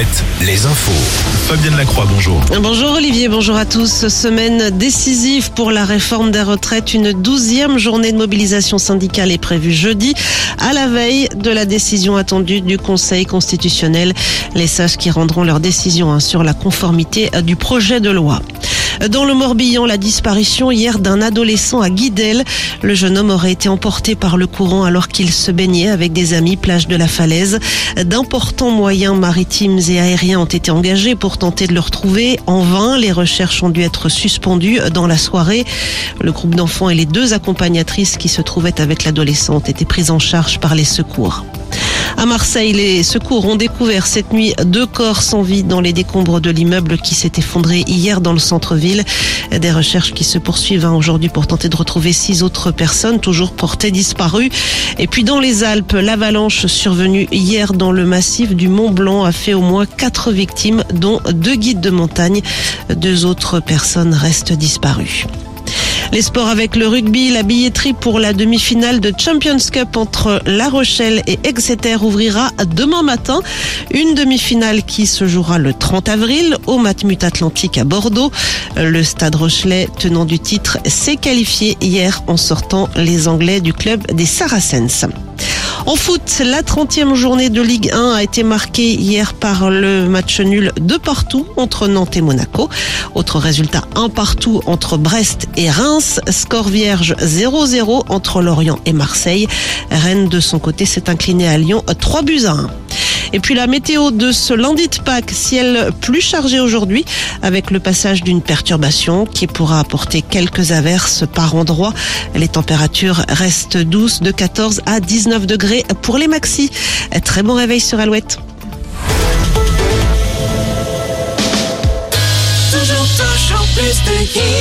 Alouette, les infos. Fabienne Lacroix, bonjour. Bonjour Olivier, bonjour à tous. Semaine décisive pour la réforme des retraites. Une 12e journée de mobilisation syndicale est prévue jeudi, à la veille de la décision attendue du Conseil constitutionnel. Les sages qui rendront leur décision sur la conformité du projet de loi. Dans le Morbihan, la disparition hier d'un adolescent à Guidel. Le jeune homme aurait été emporté par le courant alors qu'il se baignait avec des amis plage de la Falaise. D'importants moyens maritimes et aériens ont été engagés pour tenter de le retrouver. En vain, les recherches ont dû être suspendues dans la soirée. Le groupe d'enfants et les 2 accompagnatrices qui se trouvaient avec l'adolescent ont été prises en charge par les secours. À Marseille, les secours ont découvert cette nuit 2 corps sans vie dans les décombres de l'immeuble qui s'est effondré hier dans le centre-ville. Des recherches qui se poursuivent aujourd'hui pour tenter de retrouver 6 autres personnes toujours portées disparues. Et puis dans les Alpes, l'avalanche survenue hier dans le massif du Mont Blanc a fait au moins 4 victimes, dont 2 guides de montagne. 2 autres personnes restent disparues. Les sports avec le rugby, la billetterie pour la demi-finale de Champions Cup entre La Rochelle et Exeter ouvrira demain matin. Une demi-finale qui se jouera le 30 avril au Matmut Atlantique à Bordeaux. Le Stade Rochelais, tenant du titre, s'est qualifié hier en sortant les Anglais du club des Saracens. En foot, la 30e journée de Ligue 1 a été marquée hier par le match nul 2-2 entre Nantes et Monaco. Autre résultat, 1-1 entre Brest et Reims. Score vierge 0-0 entre Lorient et Marseille. Rennes, de son côté, s'est incliné à Lyon 3-1. Et puis la météo de ce lundi de Pâques, ciel plus chargé aujourd'hui avec le passage d'une perturbation qui pourra apporter quelques averses par endroits. Les températures restent douces de 14 à 19 degrés pour les maxis. Très bon réveil sur Alouette. Toujours plus de hits.